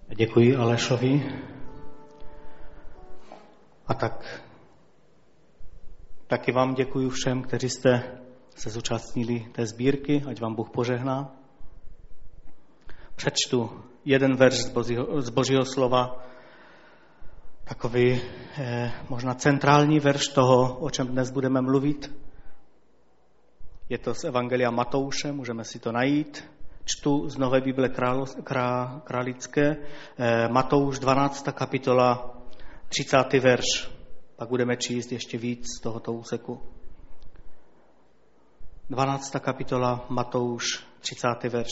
Děkuji Alešovi. A taky vám děkuji všem, kteří jste se zúčastnili té sbírky, ať vám Bůh požehná. Přečtu jeden verš z Božího slova, takový možná centrální verš toho, o čem dnes budeme mluvit. Je to z Evangelia Matouše, můžeme si to najít. Čtu z Nové Bible Kralické, Matouš 12. kapitola, 30. verš. Pak budeme číst ještě víc z tohoto úseku. 12. kapitola, Matouš, 30. verš.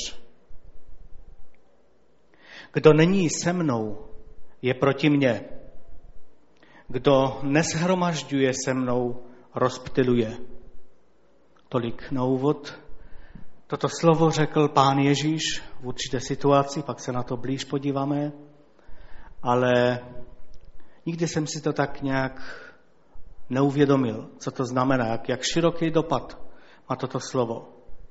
Kdo není se mnou, je proti mně. Kdo neshromažďuje se mnou, rozptyluje. Tolik na úvod. Toto slovo řekl Pán Ježíš v určité situaci, pak se na to blíž podíváme, ale nikdy jsem si to tak nějak neuvědomil, co to znamená, jak široký dopad má toto slovo.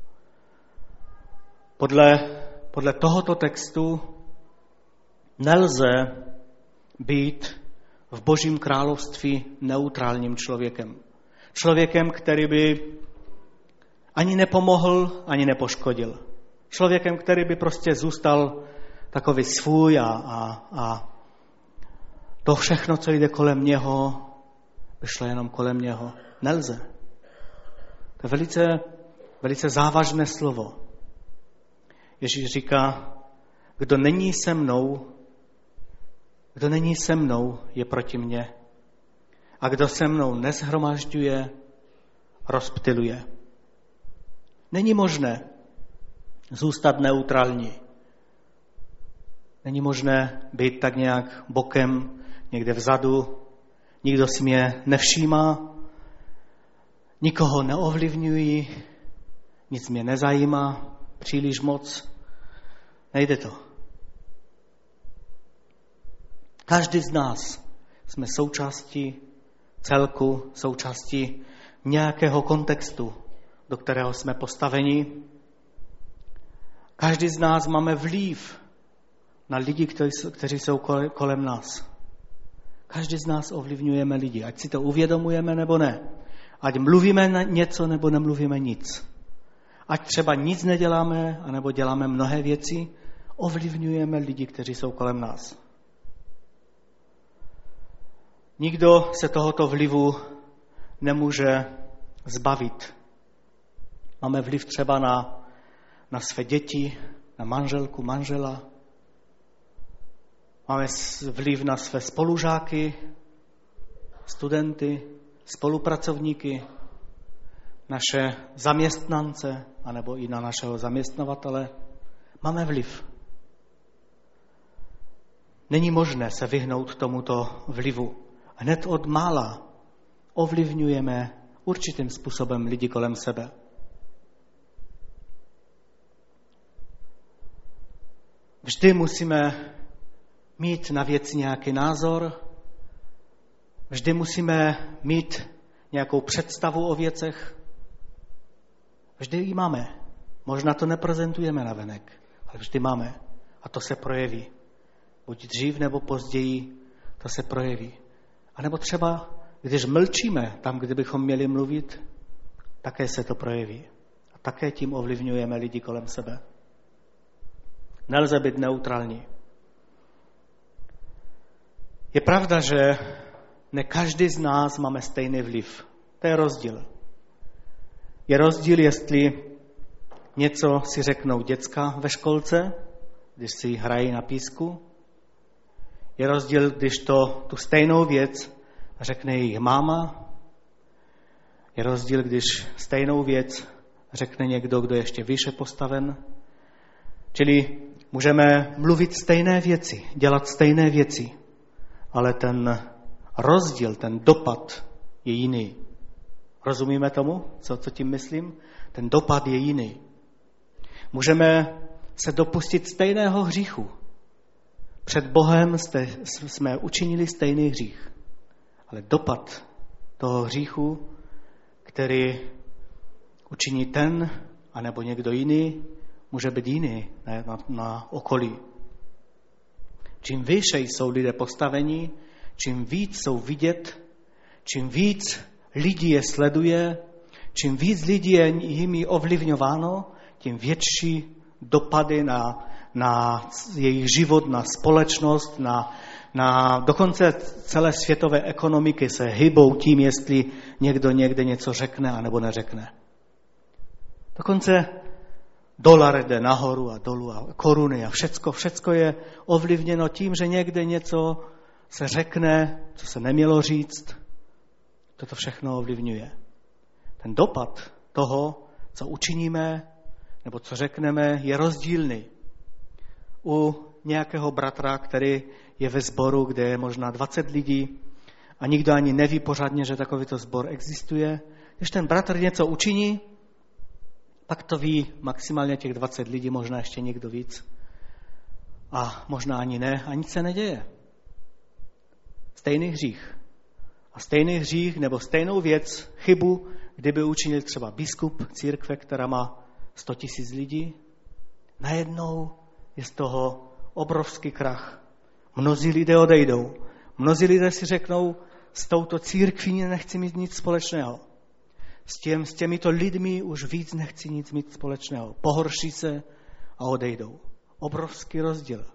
Podle tohoto textu nelze být v Božím království neutrálním člověkem. Člověkem, který by ani nepomohl, ani nepoškodil. Člověkem, který by prostě zůstal takový svůj a to všechno, co jde kolem něho, by šlo jenom kolem něho. Nelze. To je velice, velice závažné slovo. Ježíš říká, kdo není se mnou, je proti mně. A kdo se mnou neshromažďuje, rozptyluje. Není možné zůstat neutrální. Není možné být tak nějak bokem, někde vzadu. Nikdo si mě nevšímá, nikoho neovlivňují, nic mě nezajímá příliš moc. Nejde to. Každý z nás jsme součástí celku, součástí nějakého kontextu, do kterého jsme postaveni. Každý z nás máme vliv na lidi, kteří jsou kolem nás. Každý z nás ovlivňujeme lidi, ať si to uvědomujeme nebo ne. Ať mluvíme něco nebo nemluvíme nic. Ať třeba nic neděláme, anebo děláme mnohé věci, ovlivňujeme lidi, kteří jsou kolem nás. Nikdo se tohoto vlivu nemůže zbavit. Máme vliv třeba na své děti, na manželku, manžela. Máme vliv na své spolužáky, studenty, spolupracovníky, naše zaměstnance, anebo i na našeho zaměstnavatele. Máme vliv. Není možné se vyhnout tomuto vlivu. Hned od mála ovlivňujeme určitým způsobem lidi kolem sebe. Vždy musíme mít na věci nějaký názor, vždy musíme mít nějakou představu o věcech. Vždy ji máme. Možná to neprezentujeme navenek, ale vždy máme. A to se projeví. Buď dřív nebo později to se projeví. A nebo třeba, když mlčíme tam, kde bychom měli mluvit, také se to projeví. A také tím ovlivňujeme lidi kolem sebe. Nelze být neutrální. Je pravda, že ne každý z nás máme stejný vliv. To je rozdíl. Je rozdíl, jestli něco si řeknou děcka ve školce, když si hrají na písku. Je rozdíl, když tu stejnou věc řekne jejich máma. Je rozdíl, když stejnou věc řekne někdo, kdo je ještě výše postaven. Čili můžeme mluvit stejné věci, dělat stejné věci, ale ten rozdíl, ten dopad je jiný. Rozumíme tomu, co tím myslím? Ten dopad je jiný. Můžeme se dopustit stejného hříchu. Před Bohem jsme učinili stejný hřích. Ale dopad toho hříchu, který učiní ten, anebo někdo jiný, může být jiný na okolí. Čím výše jsou lidé postavení, čím víc jsou vidět, čím víc lidí je sleduje, čím víc lidí je jimi ovlivňováno, tím větší dopady na jejich život, na společnost, na dokonce celé světové ekonomiky se hybou tím, jestli někdo někde něco řekne anebo neřekne. Dokonce dolar jde nahoru a dolů a koruny a všecko je ovlivněno tím, že někde něco se řekne, co se nemělo říct. Toto všechno ovlivňuje. Ten dopad toho, co učiníme nebo co řekneme, je rozdílný. U nějakého bratra, který je ve sboru, kde je možná 20 lidí a nikdo ani neví pořádně, že takovýto sbor existuje. Když ten bratr něco učiní, pak to ví maximálně těch 20 lidí, možná ještě někdo víc. A možná ani ne, a nic se neděje. Stejný hřích. A stejný hřích nebo stejnou věc, chybu, kdyby učinil třeba biskup církve, která má 100 000 lidí, najednou je z toho obrovský krach. Mnozí lidé odejdou. Mnozí lidé si řeknou, s touto církví nechci mít nic společného. S těmito lidmi už víc nechci nic mít společného. Pohorší se a odejdou. Obrovský rozdíl.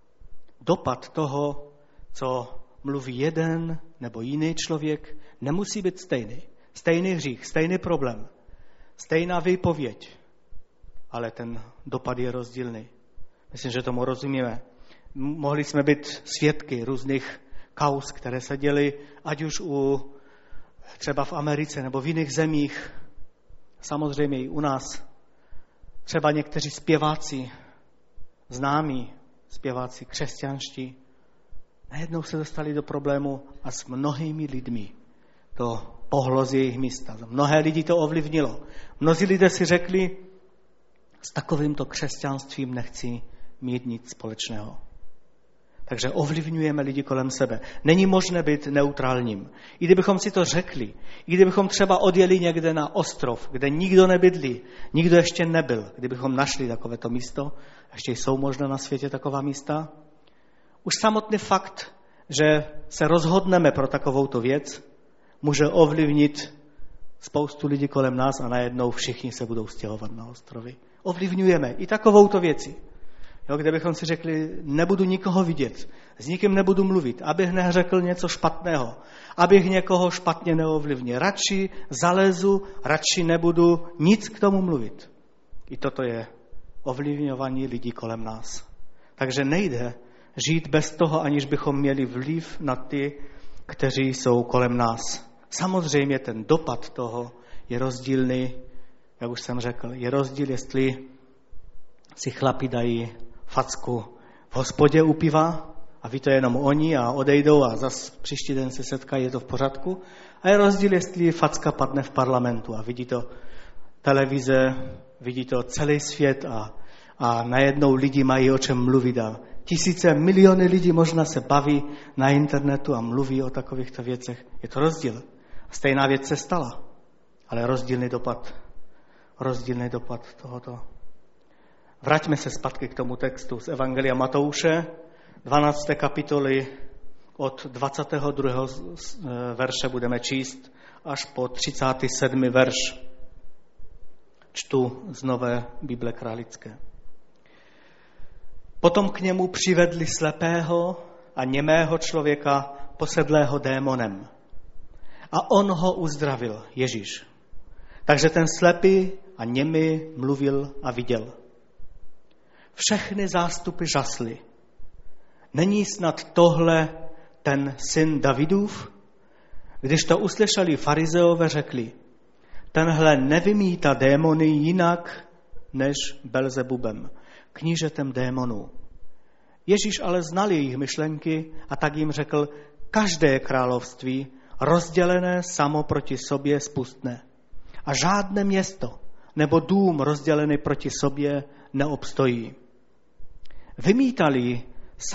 Dopad toho, co mluví jeden nebo jiný člověk, nemusí být stejný. Stejný hřích, stejný problém, stejná výpověď, ale ten dopad je rozdílný. Myslím, že tomu rozumíme. Mohli jsme být svědky různých kauz, které se děly, ať už třeba v Americe nebo v jiných zemích, samozřejmě i u nás. Třeba někteří zpěváci, známí zpěváci křesťanští, najednou se dostali do problému a s mnohými lidmi to pohlo z jejich místa. Mnohé lidi to ovlivnilo. Mnozí lidé si řekli, s takovýmto křesťanstvím nechci mít nic společného. Takže ovlivňujeme lidi kolem sebe. Není možné být neutrálním. I kdybychom si to řekli, i kdybychom třeba odjeli někde na ostrov, kde nikdo nebydlí, nikdo ještě nebyl, kdybychom našli takovéto místo, ještě jsou možná na světě taková místa, už samotný fakt, že se rozhodneme pro takovouto věc, může ovlivnit spoustu lidí kolem nás a najednou všichni se budou stěhovat na ostrovy. Ovlivňujeme i takovouto věci. Jo, kde bychom si řekli, nebudu nikoho vidět, s nikým nebudu mluvit, abych neřekl něco špatného, abych někoho špatně neovlivnil. Radši zalezu, radši nebudu nic k tomu mluvit. I toto je ovlivňování lidí kolem nás. Takže nejde žít bez toho, aniž bychom měli vliv na ty, kteří jsou kolem nás. Samozřejmě ten dopad toho je rozdílný, jak už jsem řekl. Je rozdíl, jestli si chlapi dají facku v hospodě u piva a ví to jenom oni a odejdou a zas příští den se setkají, je to v pořádku. A je rozdíl, jestli facka padne v parlamentu a vidí to televize, vidí to celý svět a najednou lidi mají o čem mluvit a tisíce, miliony lidí možná se baví na internetu a mluví o takovýchto věcech. Je to rozdíl. Stejná věc se stala, ale rozdílný dopad tohoto. Vraťme se zpátky k tomu textu z Evangelia Matouše, 12. kapitoly, od 22. verše budeme číst až po 37. verš. Čtu z Nové Bible Kralické. Potom k němu přivedli slepého a němého člověka posedlého démonem. A on ho uzdravil, Ježíš. Takže ten slepý a němý mluvil a viděl. Všechny zástupy žasly. Není snad tohle ten syn Davidův? Když to uslyšeli farizeové, řekli, tenhle nevymítá démony jinak než Belzebubem, knížetem démonů. Ježíš ale znal jejich myšlenky a tak jim řekl, každé království rozdělené samo proti sobě spustne. A žádné město nebo dům rozdělený proti sobě neobstojí. Vymítali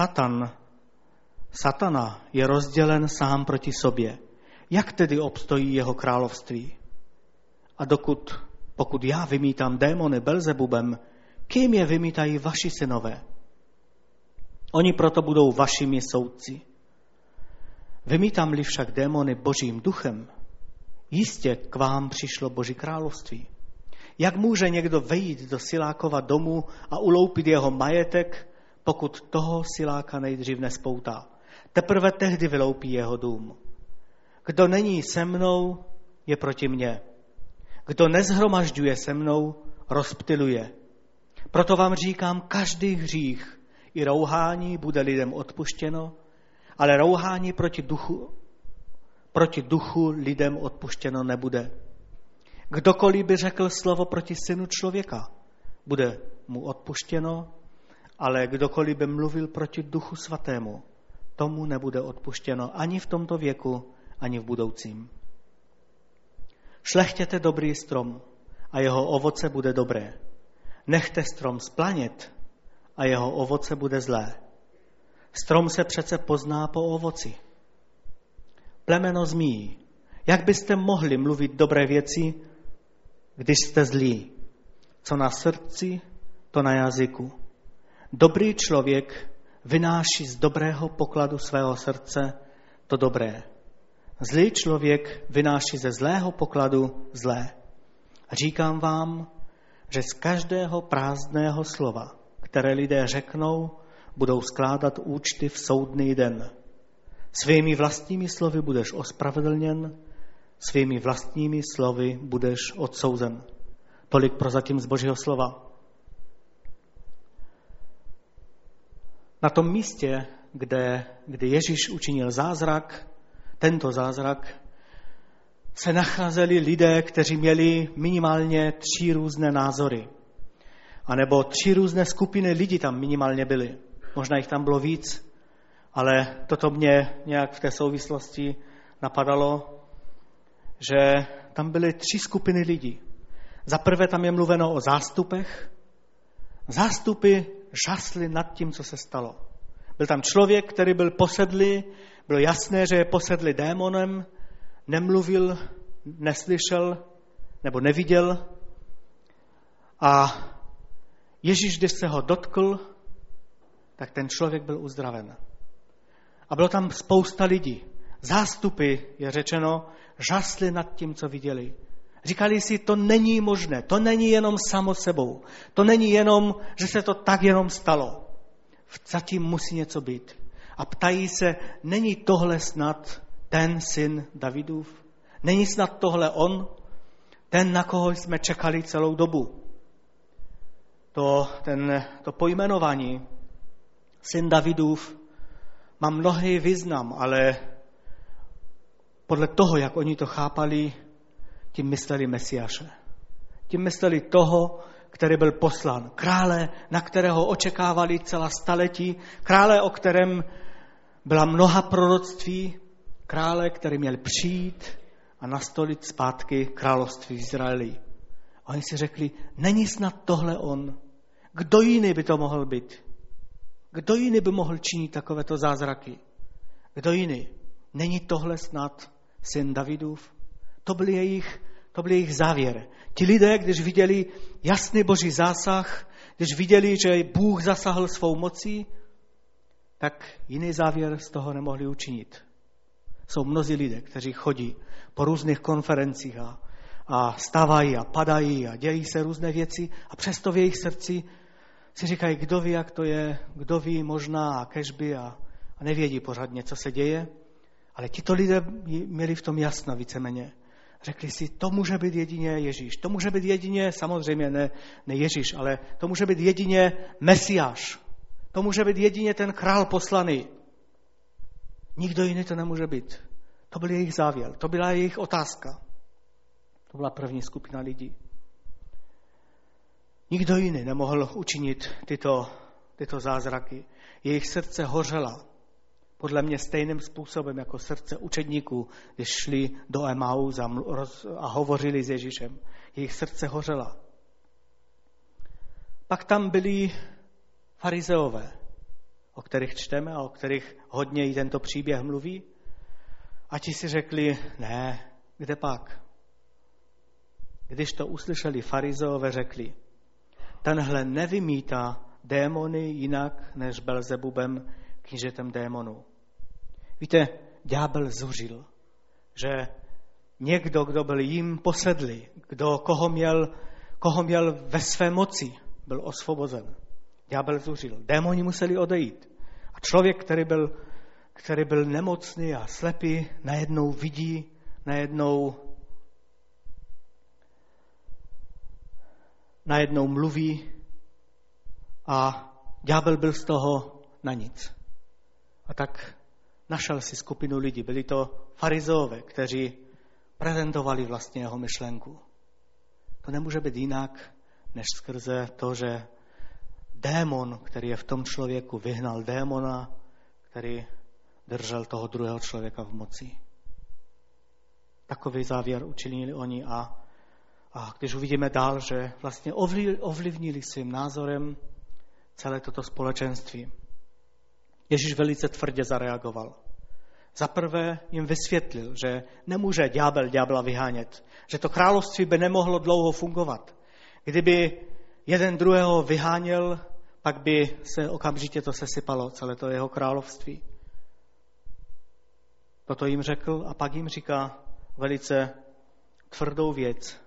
Satana je rozdělen sám proti sobě. Jak tedy obstojí jeho království? A pokud já vymítám démony Belzebubem, kým je vymítají vaši synové? Oni proto budou vašimi soudci. Vymítám-li však démony Božím duchem, jistě k vám přišlo Boží království. Jak může někdo vejít do silákova domu a uloupit jeho majetek, pokud toho siláka nejdřív nespoutá? Teprve tehdy vyloupí jeho dům. Kdo není se mnou, je proti mně. Kdo nezhromažďuje se mnou, rozptyluje. Proto vám říkám, každý hřích i rouhání bude lidem odpuštěno, ale rouhání proti duchu lidem odpuštěno nebude. Kdokoliv by řekl slovo proti synu člověka, bude mu odpuštěno, ale kdokoliv by mluvil proti duchu svatému, tomu nebude odpuštěno ani v tomto věku, ani v budoucím. Šlechtěte dobrý strom a jeho ovoce bude dobré. Nechte strom splanět a jeho ovoce bude zlé. Strom se přece pozná po ovoci. Plemeno zmíjí, jak byste mohli mluvit dobré věci, když jste zlí? Co na srdci, to na jazyku. Dobrý člověk vynáší z dobrého pokladu svého srdce to dobré. Zlý člověk vynáší ze zlého pokladu zlé. Říkám vám, že z každého prázdného slova, které lidé řeknou, budou skládat účty v soudný den. Svými vlastními slovy budeš ospravedlněn, svými vlastními slovy budeš odsouzen. Tolik prozatím z Božího slova. Na tom místě, kde Ježíš učinil zázrak, tento zázrak, se nacházeli lidé, kteří měli minimálně 3 různé názory. A nebo 3 různé skupiny lidí tam minimálně byly. Možná jich tam bylo víc, ale toto mě nějak v té souvislosti napadalo, že tam byly 3 skupiny lidí. Za prvé tam je mluveno o zástupech. Zástupy žasly nad tím, co se stalo. Byl tam člověk, který byl posedlý, bylo jasné, že je posedlý démonem, nemluvil, neslyšel nebo neviděl. A Ježíš, když se ho dotkl, tak ten člověk byl uzdraven. A bylo tam spousta lidí. Zástupy, je řečeno, žasli nad tím, co viděli. Říkali si, to není možné, to není jenom samo sebou. To není jenom, že se to tak jenom stalo. Zatím musí něco být. A ptají se, není tohle snad ten syn Davidův? Není snad tohle on? Ten, na koho jsme čekali celou dobu. To pojmenování syn Davidův má mnohý význam, ale podle toho, jak oni to chápali, tím mysleli Mesiáše. Tím mysleli toho, který byl poslán. Krále, na kterého očekávali celá staletí. Krále, o kterém byla mnoha proroctví. Krále, který měl přijít a nastolit zpátky království Izraeli. Oni si řekli, není snad tohle on. Kdo jiný by to mohl být? Kdo jiný by mohl činit takovéto zázraky? Kdo jiný? Není tohle snad syn Davidův? To byl jejich závěr. Ti lidé, když viděli jasný Boží zásah, když viděli, že Bůh zasahl svou mocí, tak jiný závěr z toho nemohli učinit. Jsou mnozí lidé, kteří chodí po různých konferencích a stávají a padají a dějí se různé věci a přesto v jejich srdci si říkají, kdo ví, jak to je, kdo ví, možná a kežby a nevědí pořádně, co se děje. Ale tito lidé měli v tom jasno víceméně. Řekli si, to může být jedině Ježíš. To může být jedině, samozřejmě ne Ježíš, ale to může být jedině Mesiáš. To může být jedině ten král poslaný. Nikdo jiný to nemůže být. To byl jejich závěr, to byla jejich otázka. To byla první skupina lidí. Nikdo jiný nemohl učinit tyto zázraky. Jejich srdce hořela. Podle mě stejným způsobem jako srdce učedníků, když šli do Emaus a hovořili s Ježíšem. Jejich srdce hořela. Pak tam byli farizeové, o kterých čteme a o kterých hodně i tento příběh mluví. A ti si řekli, ne, kde pak? Když to uslyšeli farizeové, řekli, tenhle nevymítá démony jinak než Belzebubem, knížetem démonů. Víte, ďábel zuřil, že někdo, kdo byl jim posedlý, koho měl ve své moci, byl osvobozen. Ďábel zuřil. Démoni museli odejít. A člověk, který byl nemocný a slepý, najednou vidí, najednou mluví a ďábel byl z toho na nic. A tak našel si skupinu lidí. Byli to farizeové, kteří prezentovali vlastně jeho myšlenku. To nemůže být jinak, než skrze to, že démon, který je v tom člověku, vyhnal démona, který držel toho druhého člověka v moci. Takový závěr učinili oni a když uvidíme dál, že vlastně ovlivnili svým názorem celé toto společenství. Ježíš velice tvrdě zareagoval. Za prvé jim vysvětlil, že nemůže ďábla vyhánět, že to království by nemohlo dlouho fungovat. Kdyby jeden druhého vyháněl, pak by se okamžitě to sesypalo, celé to jeho království. Toto jim řekl a pak jim říká velice tvrdou věc,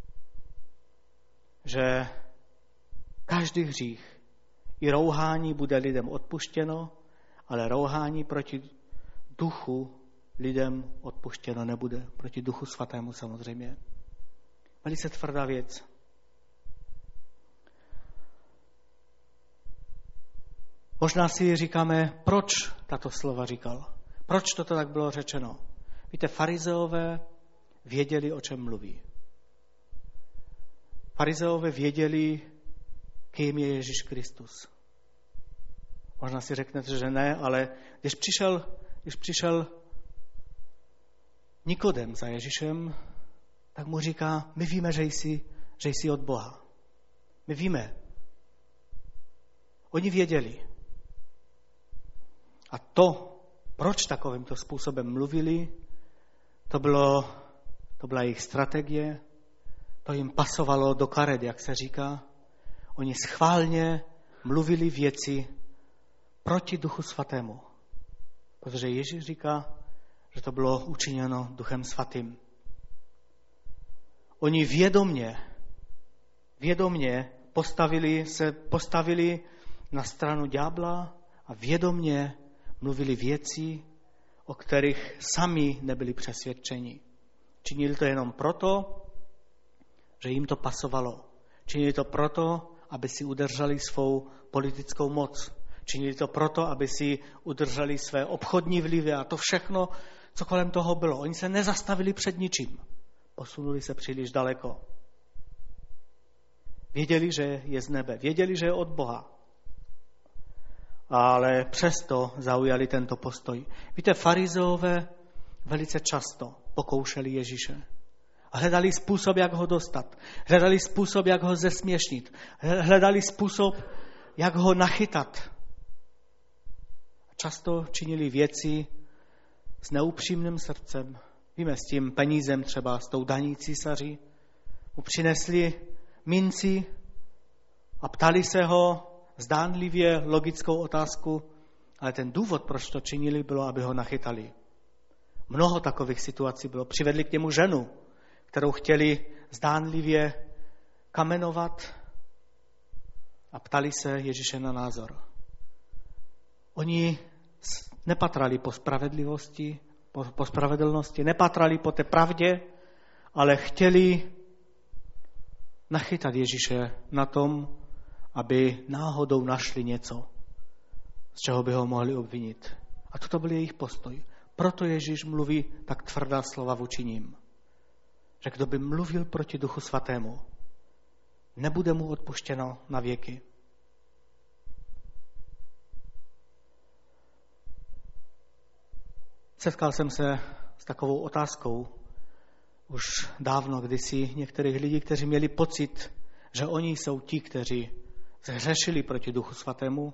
že každý hřích i rouhání bude lidem odpuštěno, ale rouhání proti duchu lidem odpuštěno nebude. Proti duchu svatému samozřejmě. Velice tvrdá věc. Možná si říkáme, proč tato slova říkal. Proč toto tak bylo řečeno? Víte, farizeové věděli, o čem mluví. Farizeové věděli, kým je Ježíš Kristus. Možná si řeknete, že ne, ale když přišel Nikodem za Ježíšem, tak mu říká, my víme, že jsi od Boha. My víme. Oni věděli. A to, proč takovýmto způsobem mluvili, to byla jejich strategie, to jim pasovalo do karet, jak se říká. Oni schválně mluvili věci proti Duchu Svatému. Protože Ježíš říká, že to bylo učiněno Duchem Svatým. Oni vědomně postavili na stranu ďábla a vědomně mluvili věci, o kterých sami nebyli přesvědčeni. Činili to jenom proto, že jim to pasovalo. Činili to proto, aby si udrželi svou politickou moc. Činili to proto, aby si udrželi své obchodní vlivy a to všechno, co kolem toho bylo. Oni se nezastavili před ničím. Posunuli se příliš daleko. Věděli, že je z nebe. Věděli, že je od Boha. Ale přesto zaujali tento postoj. Víte, farizeové velice často pokoušeli Ježíše. Hledali způsob, jak ho dostat. Hledali způsob, jak ho zesměšnit. Hledali způsob, jak ho nachytat. Často činili věci s neupřímným srdcem. Víme, s tím penízem třeba, s tou daní císaři. Mu přinesli minci a ptali se ho zdánlivě logickou otázku, ale ten důvod, proč to činili, bylo, aby ho nachytali. Mnoho takových situací bylo. Přivedli k němu ženu, kterou chtěli zdánlivě kamenovat a ptali se Ježíše na názor. Oni nepatrali po spravedlivosti, po spravedlnosti, nepatrali po té pravdě, ale chtěli nachytat Ježíše na tom, aby náhodou našli něco, z čeho by ho mohli obvinit. A toto byl jejich postoj. Proto Ježíš mluví tak tvrdá slova vůči nim. Že kdo by mluvil proti Duchu Svatému, nebude mu odpuštěno na věky. Setkal jsem se s takovou otázkou už dávno, kdysi některých lidí, kteří měli pocit, že oni jsou ti, kteří zhřešili proti Duchu Svatému.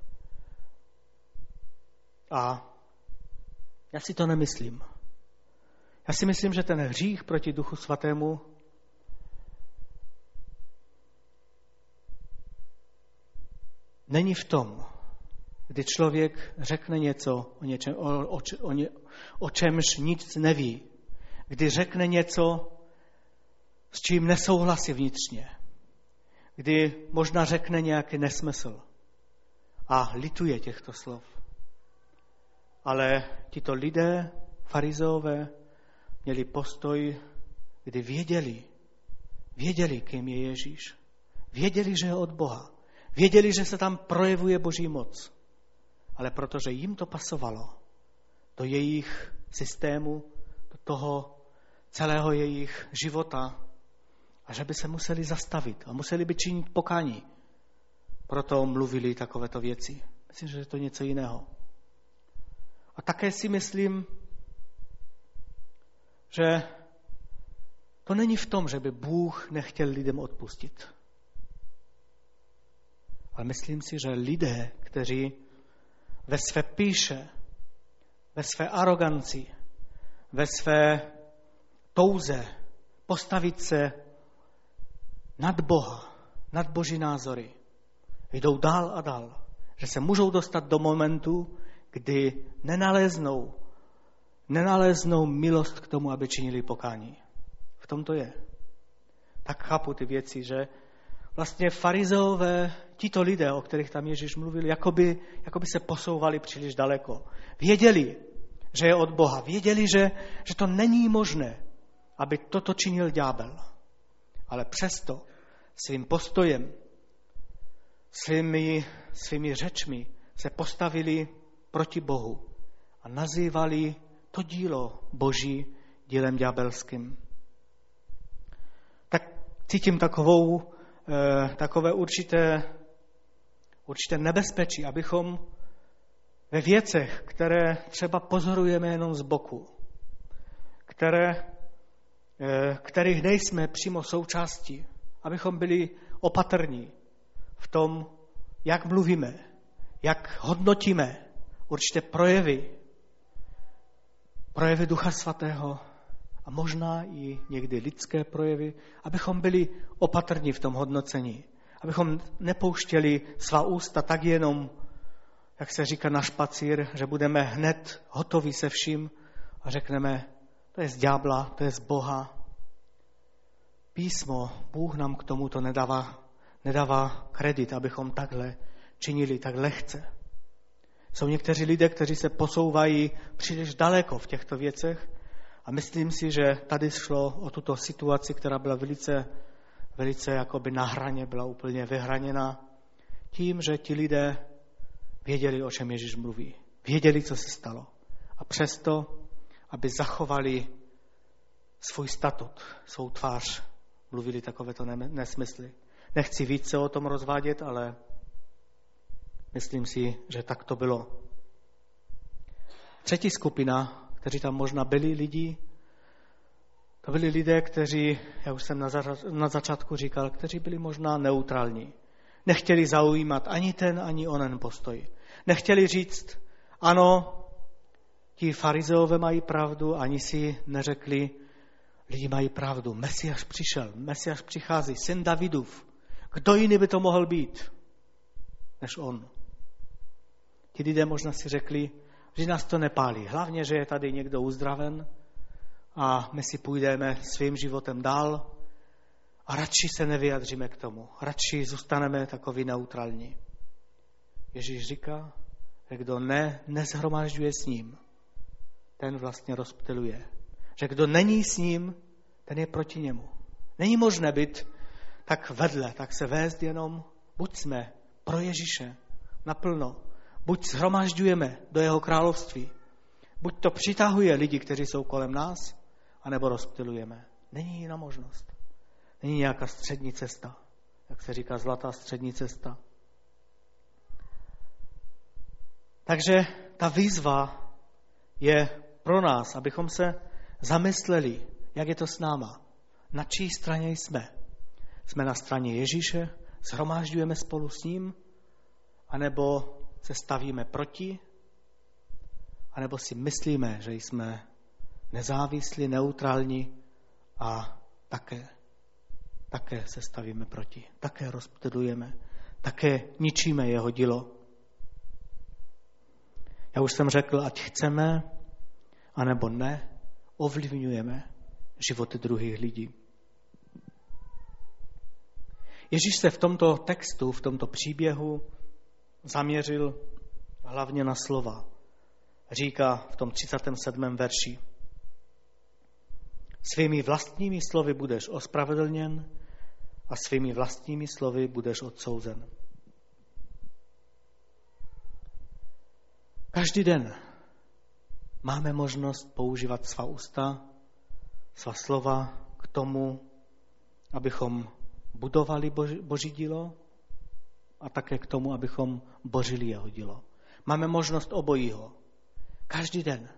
A já si to nemyslím. Já si myslím, že ten hřích proti Duchu Svatému není v tom, kdy člověk řekne něco o čemž nic neví, kdy řekne něco, s čím nesouhlasí vnitřně, kdy možná řekne nějaký nesmysl a lituje těchto slov. Ale tito lidé, farizeové, měli postoj, kdy věděli, kým je Ježíš. Věděli, že je od Boha. Věděli, že se tam projevuje Boží moc. Ale protože jim to pasovalo do jejich systému, do toho celého jejich života, a že by se museli zastavit a museli by činit pokání. Proto mluvili takovéto věci. Myslím, že je to něco jiného. A také si myslím, že to není v tom, že by Bůh nechtěl lidem odpustit. Ale myslím si, že lidé, kteří ve své pýše, ve své aroganci, ve své touze postavit se nad Boha, nad Boží názory, jdou dál a dál, že se můžou dostat do momentu, kdy nenaleznou milost k tomu, aby činili pokání. V tom to je. Tak chápu ty věci, že vlastně farizeové, tito lidé, o kterých tam Ježíš mluvil, jakoby se posouvali příliš daleko. Věděli, že je od Boha. Věděli, že to není možné, aby toto činil ďábel. Ale přesto svým postojem, svými řečmi se postavili proti Bohu a nazývali to dílo Boží dílem ďábelským. Tak cítím takové určité nebezpečí, abychom ve věcech, které třeba pozorujeme jenom z boku, kterých nejsme přímo součástí, abychom byli opatrní v tom, jak mluvíme, jak hodnotíme určité projevy Ducha Svatého a možná i někdy lidské projevy, abychom byli opatrní v tom hodnocení, abychom nepouštěli svá ústa tak jenom, jak se říká na špacír, že budeme hned hotoví se vším a řekneme, to je z ďábla, to je z Boha. Písmo, Bůh nám k tomuto nedává kredit, abychom takhle činili tak lehce. Jsou někteří lidé, kteří se posouvají příliš daleko v těchto věcech a myslím si, že tady šlo o tuto situaci, která byla velice jakoby na hraně, byla úplně vyhraněna tím, že ti lidé věděli, o čem Ježíš mluví. Věděli, co se stalo. A přesto, aby zachovali svůj statut, svou tvář, mluvili takovéto nesmysly. Nechci více o tom rozvádět, ale myslím si, že tak to bylo. Třetí skupina, kteří tam možná byli lidi, to byli lidé, kteří, jak už jsem na začátku říkal, kteří byli možná neutrální. Nechtěli zaujímat ani ten, ani onen postoj. Nechtěli říct, ano, ti farizeové mají pravdu, ani si neřekli, lidi mají pravdu. Mesiáš přišel, Mesiáš přichází, syn Davidův. Kdo jiný by to mohl být, než on? Ti lidé možná si řekli, že nás to nepálí. Hlavně, že je tady někdo uzdraven a my si půjdeme svým životem dál a radši se nevyjadříme k tomu. Radši zůstaneme takový neutrální. Ježíš říká, že kdo neshromažďuje s ním, ten vlastně rozptyluje. Že kdo není s ním, ten je proti němu. Není možné být tak vedle, tak se vést jenom, buď jsme pro Ježíše naplno, buď shromažďujeme do jeho království, buď to přitahuje lidi, kteří jsou kolem nás, anebo rozptylujeme. Není jiná možnost. Není nějaká střední cesta, jak se říká zlatá střední cesta. Takže ta výzva je pro nás, abychom se zamysleli, jak je to s náma. Na čí straně jsme? Jsme na straně Ježíše, shromážďujeme spolu s ním, anebo se stavíme proti, anebo si myslíme, že jsme nezávislí, neutrální a také se stavíme proti, také rozptylujeme, také ničíme jeho dílo. Já už jsem řekl, ať chceme, anebo ne, ovlivňujeme životy druhých lidí. Ježíš se v tomto textu, v tomto příběhu zaměřil hlavně na slova. Říká v tom 37. verši. Svými vlastními slovy budeš ospravedlněn a svými vlastními slovy budeš odsouzen. Každý den máme možnost používat svá ústa, svá slova k tomu, abychom budovali Boží dílo a také k tomu, abychom bořili jeho dílo. Máme možnost obojího. Každý den.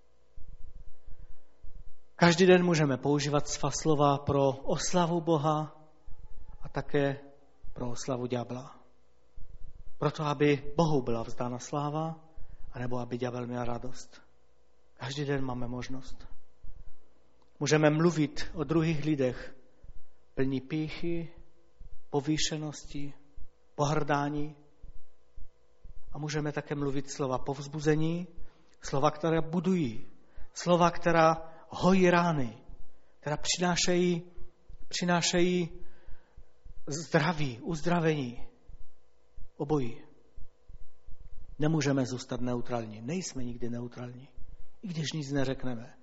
Každý den můžeme používat svá slova pro oslavu Boha a také pro oslavu ďábla. Proto, aby Bohu byla vzdána sláva, anebo aby ďábel měl radost. Každý den máme možnost. Můžeme mluvit o druhých lidech plní pýchy, povýšenosti, pohrdání a můžeme také mluvit slova povzbuzení, slova, která budují, slova, která hojí rány, která přinášejí zdraví, uzdravení, obojí. Nemůžeme zůstat neutrální, nejsme nikdy neutrální, i když nic neřekneme.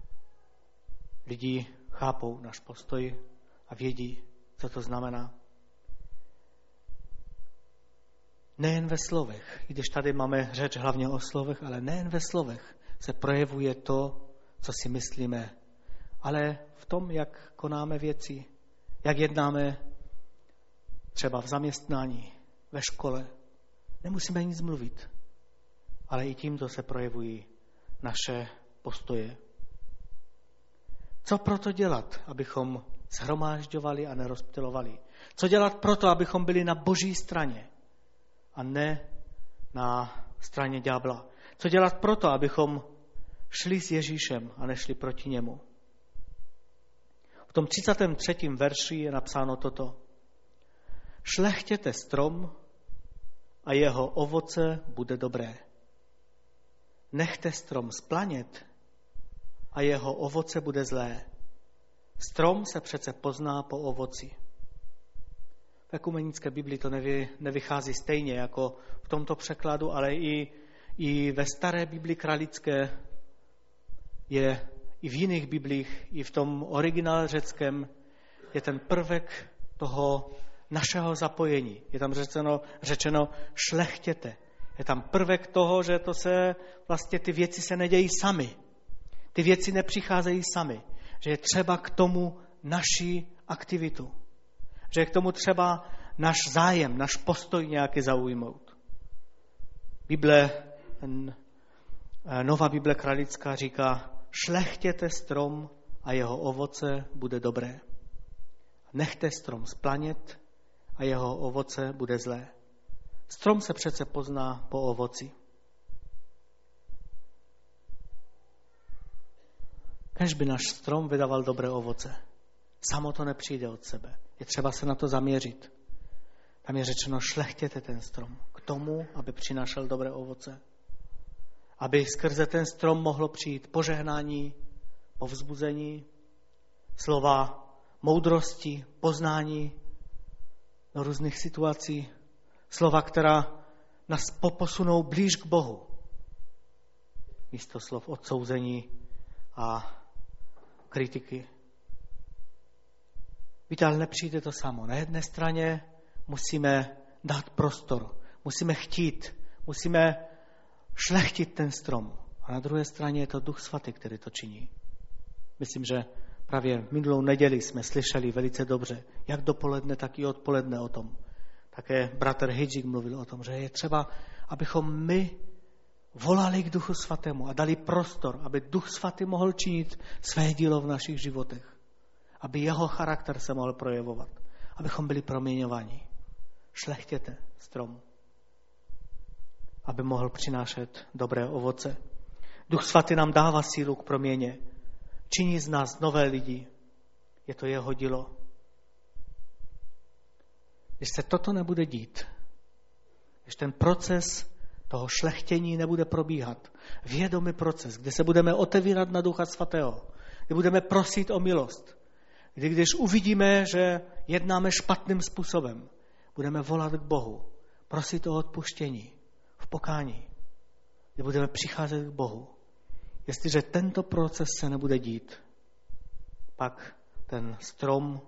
Lidi chápou náš postoj a vědí, co to znamená. Nejen ve slovech, i když tady máme řeč hlavně o slovech, ale nejen ve slovech se projevuje to, co si myslíme, ale v tom, jak konáme věci, jak jednáme třeba v zaměstnání, ve škole. Nemusíme nic mluvit, ale i tímto se projevují naše postoje. Co proto dělat, abychom shromážďovali a nerozptylovali? Co dělat proto, abychom byli na Boží straně a ne na straně ďábla? Co dělat proto, abychom šli s Ježíšem a nešli proti němu? V tom 33. verši je napsáno toto. Šlechtěte strom a jeho ovoce bude dobré. Nechte strom splanět a jeho ovoce bude zlé. Strom se přece pozná po ovoci. V ekumenické Biblii to nevychází stejně jako v tomto překladu, ale i ve staré Biblii kralické je i v jiných Biblích, i v tom originále řeckém je ten prvek toho našeho zapojení. Je tam řečeno šlechtěte. Je tam prvek toho, že to se vlastně ty věci se nedějí sami. Ty věci nepřicházejí sami. Že je třeba k tomu naši aktivitu. Že je k tomu třeba náš zájem, náš postoj nějaký zaujmout. Nová Bible kralická říká, šlechtěte strom a jeho ovoce bude dobré. Nechte strom splanět a jeho ovoce bude zlé. Strom se přece pozná po ovoci. Kéž by náš strom vydával dobré ovoce. Samo to nepřijde od sebe. Je třeba se na to zaměřit. Tam je řečeno, šlechtěte ten strom k tomu, aby přinášel dobré ovoce. Aby skrze ten strom mohlo přijít požehnání, povzbuzení, slova moudrosti, poznání do různých situací, slova, která nás posunou blíž k Bohu. Místo slov odsouzení a kritiky. Víte, ale nepřijde to samo. Na jedné straně musíme dát prostor, musíme chtít, musíme šlechtit ten strom. A na druhé straně je to Duch Svatý, který to činí. Myslím, že právě minulou neděli jsme slyšeli velice dobře, jak dopoledne, tak i odpoledne o tom. Také bratr Hidžik mluvil o tom, že je třeba, abychom my volali k Duchu Svatému a dali prostor, aby Duch Svatý mohl činit své dílo v našich životech. Aby jeho charakter se mohl projevovat. Abychom byli proměňováni. Šlechtěte strom. Aby mohl přinášet dobré ovoce. Duch Svatý nám dává sílu k proměně. Činí z nás nové lidi. Je to jeho dílo. když se toto nebude dít, když ten proces toho šlechtění nebude probíhat, vědomý proces, kde se budeme otevírat na Ducha Svatého, kdy budeme prosit o milost, kdy když uvidíme, že jednáme špatným způsobem, budeme volat k Bohu, prosit o odpuštění, v pokání, kdy budeme přicházet k Bohu. Jestliže tento proces se nebude dít, pak ten strom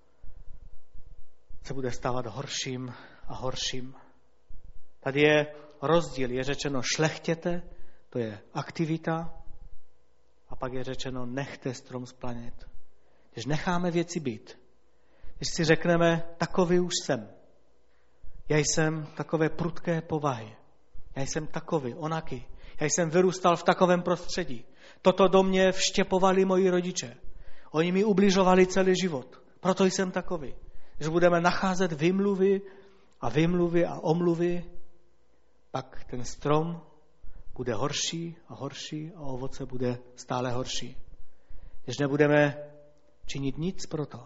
se bude stávat horším a horším. Tady je rozdíl, je řečeno šlechtěte, to je aktivita, a pak je řečeno nechte strom splanět. Když necháme věci být, když si řekneme, takový už jsem, já jsem takové prudké povahy, já jsem takový, onaký, já jsem vyrůstal v takovém prostředí, toto do mě vštěpovali moji rodiče, oni mi ubližovali celý život, proto jsem takový. Když budeme nacházet vymluvy a omluvy, pak ten strom bude horší a horší a ovoce bude stále horší. Když nebudeme činit nic pro to,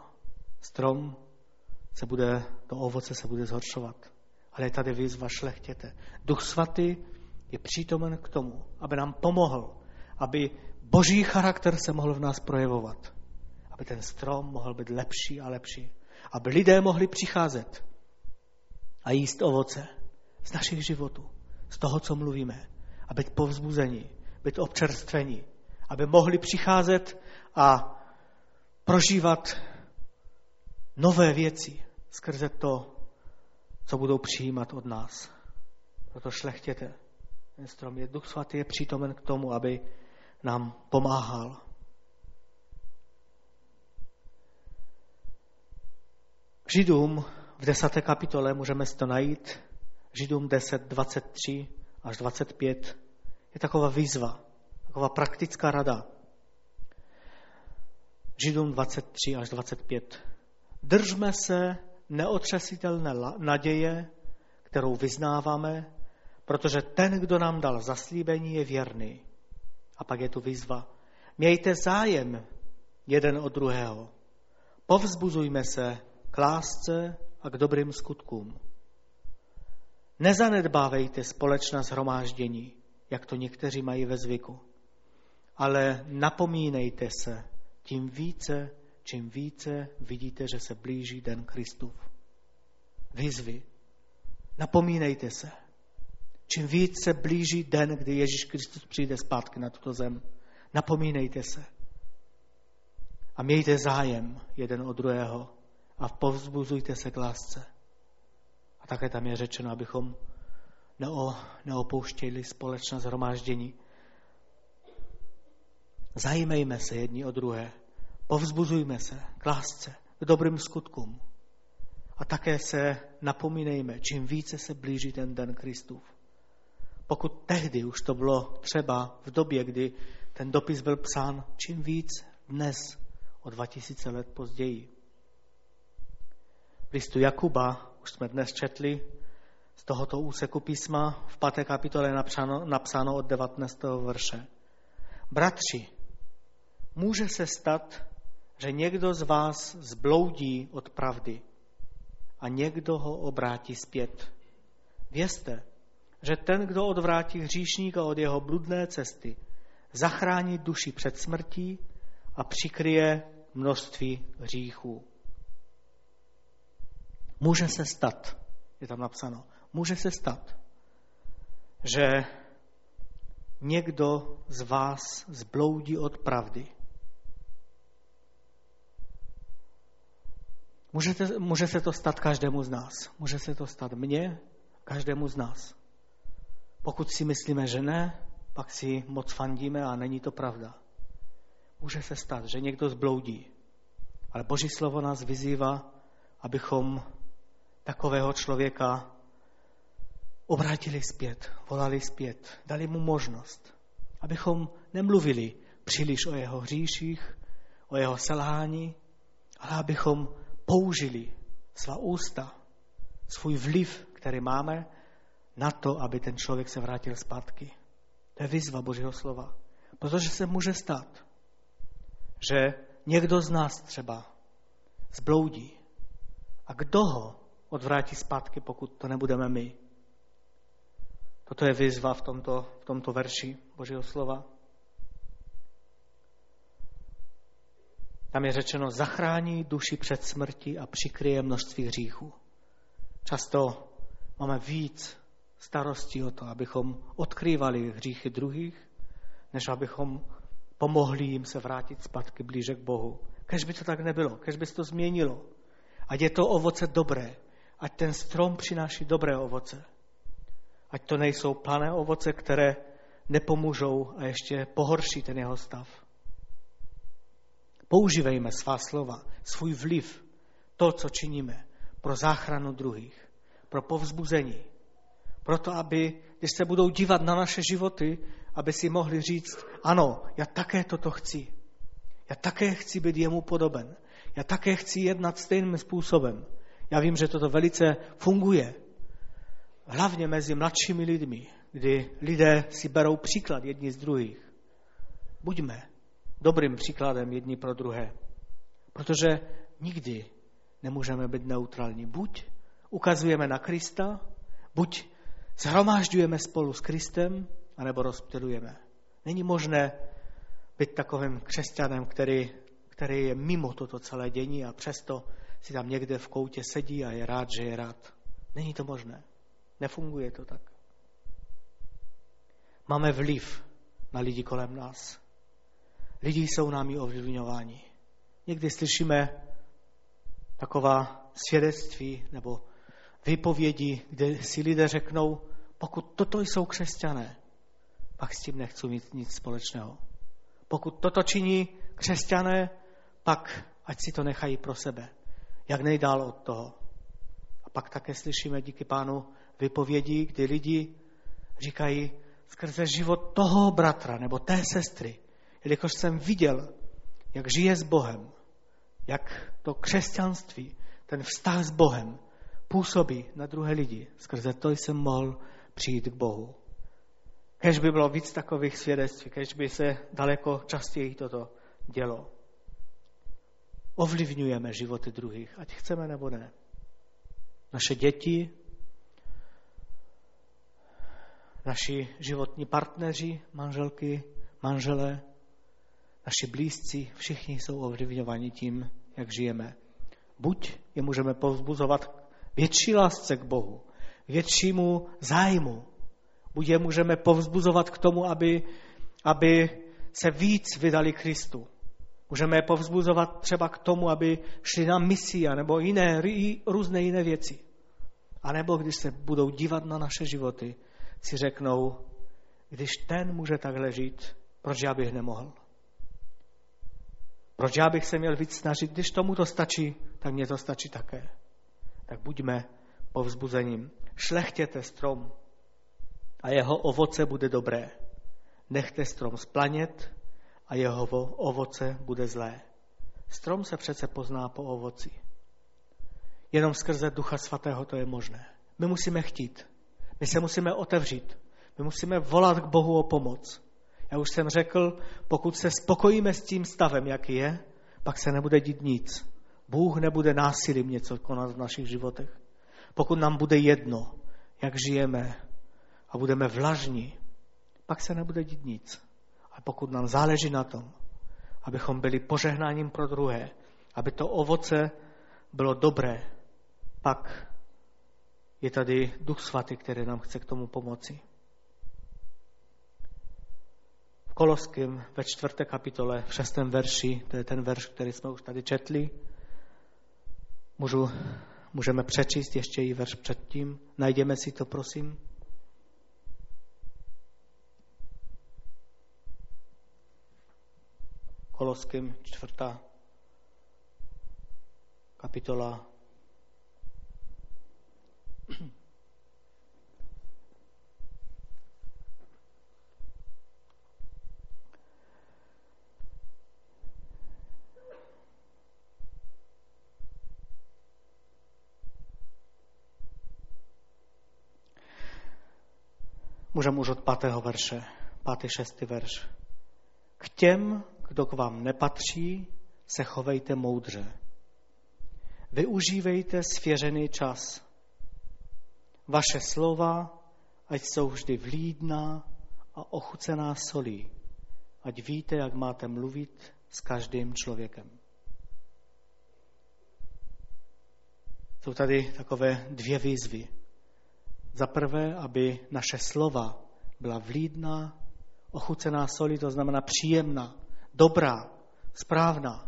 to ovoce se bude zhoršovat. Ale je tady výzva šlechtěte. Duch Svatý je přítomen k tomu, aby nám pomohl, aby Boží charakter se mohl v nás projevovat. Aby ten strom mohl být lepší a lepší. Aby lidé mohli přicházet a jíst ovoce z našich životů, z toho, co mluvíme. A být povzbuzení, být občerstvení. Aby mohli přicházet a prožívat nové věci skrze to, co budou přijímat od nás. Proto šlechtěte. Ten strom je, Duch Svatý je přítomen k tomu, aby nám pomáhal. Židům v 10. kapitole můžeme si to najít. Židům 10, 23 až 25 je taková výzva, taková praktická rada. Židům 23 až 25. Držme se neotřesitelné naděje, kterou vyznáváme, protože ten, kdo nám dal zaslíbení, je věrný. A pak je tu výzva. Mějte zájem jeden od druhého. Povzbuzujme se k lásce a k dobrým skutkům. Nezanedbávejte společná shromáždění, jak to někteří mají ve zvyku, ale napomínejte se čím více vidíte, že se blíží den Kristův. Výzvy. Napomínejte se. Čím víc se blíží den, kdy Ježíš Kristus přijde zpátky na tuto zem. Napomínejte se. A mějte zájem jeden od druhého a povzbuzujte se k lásce. A také tam je řečeno, abychom neopouštěli společné shromáždění. Zajímejme se jedni o druhé. Povzbuzujme se k lásce, k dobrým skutkům. A také se napomínejme, čím více se blíží ten den Kristův. Pokud tehdy už to bylo třeba v době, kdy ten dopis byl psán, čím víc dnes, o 2000 let později. V listu Jakuba, už jsme dnes četli, z tohoto úseku písma v 5. kapitole napsáno od 19. verše. Bratři, může se stát, že někdo z vás zbloudí od pravdy a někdo ho obrátí zpět. Vězte, že ten, kdo odvrátí hříšníka od jeho bludné cesty, zachrání duši před smrtí a přikryje množství hříchů. Může se stát, je tam napsáno, může se stát, že někdo z vás zbloudí od pravdy. Může se to stát každému z nás. Může se to stát mně, každému z nás. Pokud si myslíme, že ne, pak si moc fandíme a není to pravda. Může se stát, že někdo zbloudí. Ale Boží slovo nás vyzývá, abychom takového člověka obrátili zpět, volali zpět, dali mu možnost, abychom nemluvili příliš o jeho hříších, o jeho selhání, ale abychom použili svá ústa, svůj vliv, který máme, na to, aby ten člověk se vrátil zpátky. To je výzva Božího slova. Protože se může stát, že někdo z nás třeba zbloudí. A kdo ho odvrátí zpátky, pokud to nebudeme my. Toto je výzva v tomto verši Božího slova. Tam je řečeno, zachrání duši před smrtí a přikryje množství hříchů. Často máme víc starostí o to, abychom odkrývali hříchy druhých, než abychom pomohli jim se vrátit zpátky blíže k Bohu. Kež by to tak nebylo, kež by se to změnilo. Ať je to ovoce dobré, ať ten strom přináší dobré ovoce. Ať to nejsou plané ovoce, které nepomůžou a ještě pohorší ten jeho stav. Používejme svá slova, svůj vliv, to, co činíme, pro záchranu druhých, pro povzbuzení. Proto, aby, když se budou dívat na naše životy, aby si mohli říct, ano, já také toto chci. Já také chci být jemu podoben. Já také chci jednat stejným způsobem. Já vím, že toto velice funguje. Hlavně mezi mladšími lidmi, kdy lidé si berou příklad jedni z druhých. Buďme dobrým příkladem jedni pro druhé. Protože nikdy nemůžeme být neutrální. Buď ukazujeme na Krista, buď shromážďujeme spolu s Kristem, anebo rozptylujeme. Není možné být takovým křesťanem, který je mimo toto celé dění a přesto si tam někde v koutě sedí a je rád, že je rád. Není to možné. Nefunguje to tak. Máme vliv na lidi kolem nás. Lidi jsou námi ovlivňováni. Někdy slyšíme taková svědectví nebo výpovědi, kde si lidé řeknou, pokud toto jsou křesťané, pak s tím nechci mít nic společného. Pokud toto činí křesťané, pak ať si to nechají pro sebe. Jak nejdál od toho. A pak také slyšíme díky Pánu vypovědi, kdy lidi říkají skrze život toho bratra nebo té sestry, jelikož jsem viděl, jak žije s Bohem, jak to křesťanství, ten vztah s Bohem působí na druhé lidi. Skrze to jsem mohl přijít k Bohu. Kéž by bylo víc takových svědectví, kéž by se daleko častěji toto dělo. Ovlivňujeme životy druhých, ať chceme nebo ne. Naše děti, naši životní partneři, manželky, manželé, naši blízcí, všichni jsou ovlivňováni tím, jak žijeme. Buď je můžeme povzbuzovat větší lásce k Bohu, většímu zájmu. Buď je můžeme povzbuzovat k tomu, aby se víc vydali Kristu. Můžeme je povzbuzovat třeba k tomu, aby šli na misi nebo různé jiné věci. A nebo když se budou dívat na naše životy, si řeknou, když ten může takhle žít, proč já bych nemohl? Proč já bych se měl víc snažit? Když tomu to stačí, tak mně to stačí také. Tak buďme povzbuzením. Šlechtěte strom a jeho ovoce bude dobré. Nechte strom splanět a jeho ovoce bude zlé. Strom se přece pozná po ovoci. Jenom skrze Ducha Svatého to je možné. My musíme chtít. My se musíme otevřít. My musíme volat k Bohu o pomoc. Já už jsem řekl, pokud se spokojíme s tím stavem, jaký je, pak se nebude dít nic. Bůh nebude násilím něco konat v našich životech. Pokud nám bude jedno, jak žijeme a budeme vlažní, pak se nebude dít nic. A pokud nám záleží na tom, abychom byli požehnáním pro druhé, aby to ovoce bylo dobré, pak je tady Duch Svatý, který nám chce k tomu pomoci. V Koloským ve 4. kapitole, v 6. verši, to je ten verš, který jsme už tady četli, můžeme přečíst ještě i verš předtím. Najdeme si to, prosím. Koloským 4. kapitola. Můžeme už od 5. verše, 5. 6. verš. K těm, kdo k vám nepatří, se chovejte moudře. Využívejte svěřený čas. vaše slova, ať jsou vždy vlídná a ochucená solí, ať víte, jak máte mluvit s každým člověkem. Jsou tady takové dvě výzvy. Za prvé, aby naše slova byla vlídná, ochucená solí, to znamená příjemná, dobrá, správná.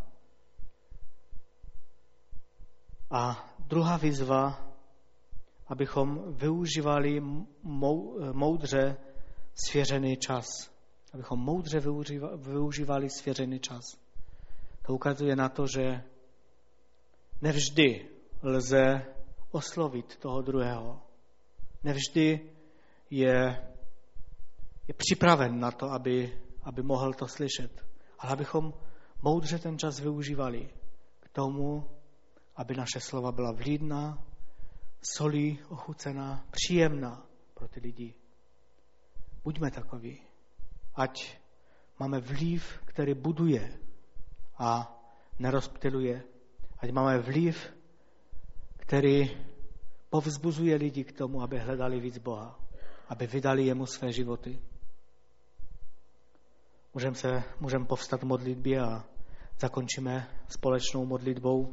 A druhá výzva, abychom využívali moudře svěřený čas. Abychom moudře využívali svěřený čas. To ukazuje na to, že nevždy lze oslovit toho druhého. Nevždy je připraven na to, aby mohl to slyšet. Ale abychom moudře ten čas využívali k tomu, aby naše slova byla vlídná, solí ochucená, příjemná pro ty lidi. Buďme takoví, ať máme vliv, který buduje a nerozptyluje. Ať máme vliv, který povzbuzuje lidi k tomu, aby hledali víc Boha, aby vydali jemu své životy. Můžeme povstat v modlitbě a zakončíme společnou modlitbou.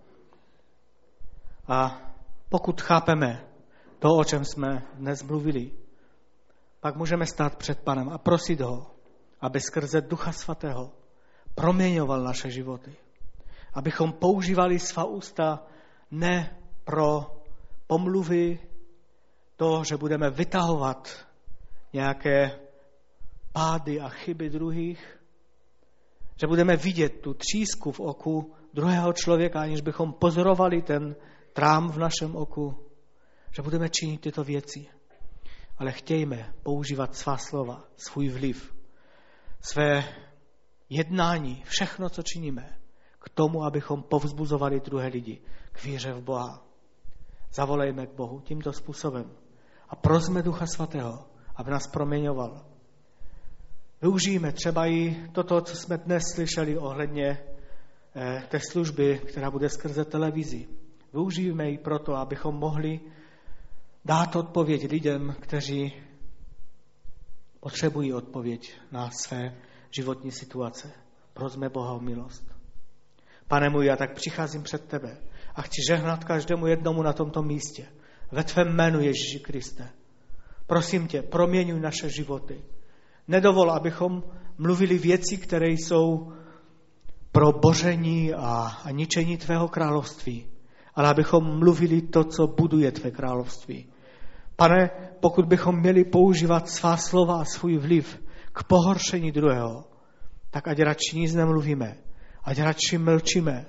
A pokud chápeme to, o čem jsme dnes mluvili, pak můžeme stát před Panem a prosit ho, aby skrze Ducha Svatého proměňoval naše životy. Abychom používali svá ústa ne pro pomluvy, to, že budeme vytahovat nějaké pády a chyby druhých, že budeme vidět tu třísku v oku druhého člověka, aniž bychom pozorovali ten trám v našem oku, že budeme činit tyto věci. Ale chtějme používat svá slova, svůj vliv, své jednání, všechno, co činíme, k tomu, abychom povzbuzovali druhé lidi k víře v Boha. Zavolejme k Bohu tímto způsobem a prosme Ducha Svatého, aby nás proměňoval. Využijeme třeba i toto, co jsme dnes slyšeli ohledně té služby, která bude skrze televizi. Využijeme ji proto, abychom mohli dát odpověď lidem, kteří potřebují odpověď na své životní situace. Prosme Boha o milost. Pane můj, já tak přicházím před tebe a chci žehnat každému jednomu na tomto místě. Ve tvém jménu Ježíši Kriste. Prosím tě, proměňuj naše životy. Nedovol, abychom mluvili věci, které jsou pro boření a ničení tvého království, ale abychom mluvili to, co buduje tvé království. Pane, pokud bychom měli používat svá slova a svůj vliv k pohoršení druhého, tak ať radši nic nemluvíme, ať radši mlčíme,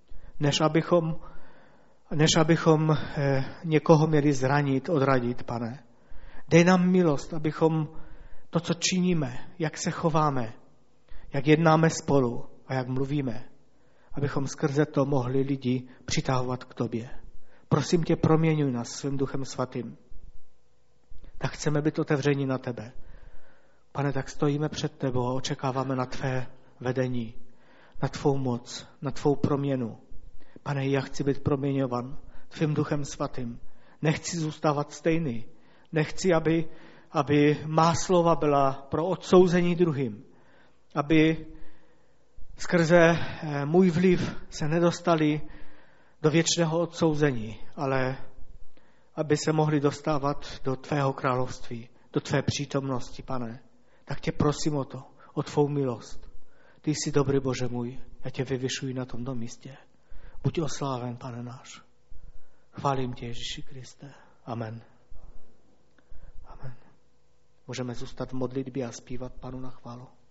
než abychom někoho měli zranit, odradit, Pane. Dej nám milost, abychom to, co činíme, jak se chováme, jak jednáme spolu a jak mluvíme, abychom skrze to mohli lidi přitahovat k tobě. Prosím tě, proměňuj nás svým Duchem Svatým. Tak chceme být otevření na tebe. Pane, tak stojíme před tebou a očekáváme na tvé vedení, na tvou moc, na tvou proměnu. Pane, já chci být proměňovan tvým Duchem Svatým. Nechci zůstávat stejný. Nechci, aby má slova byla pro odsouzení druhým. Aby skrze můj vliv se nedostali do věčného odsouzení, ale aby se mohli dostávat do tvého království, do tvé přítomnosti, Pane. Tak tě prosím o to, o tvou milost. Ty jsi dobrý, Bože můj, já tě vyvyšuji na tomto místě. Buď osláven, Pane náš. Chválím tě, Ježíši Kriste. Amen. Amen. Můžeme zůstat v modlitbě a zpívat Panu na chválu.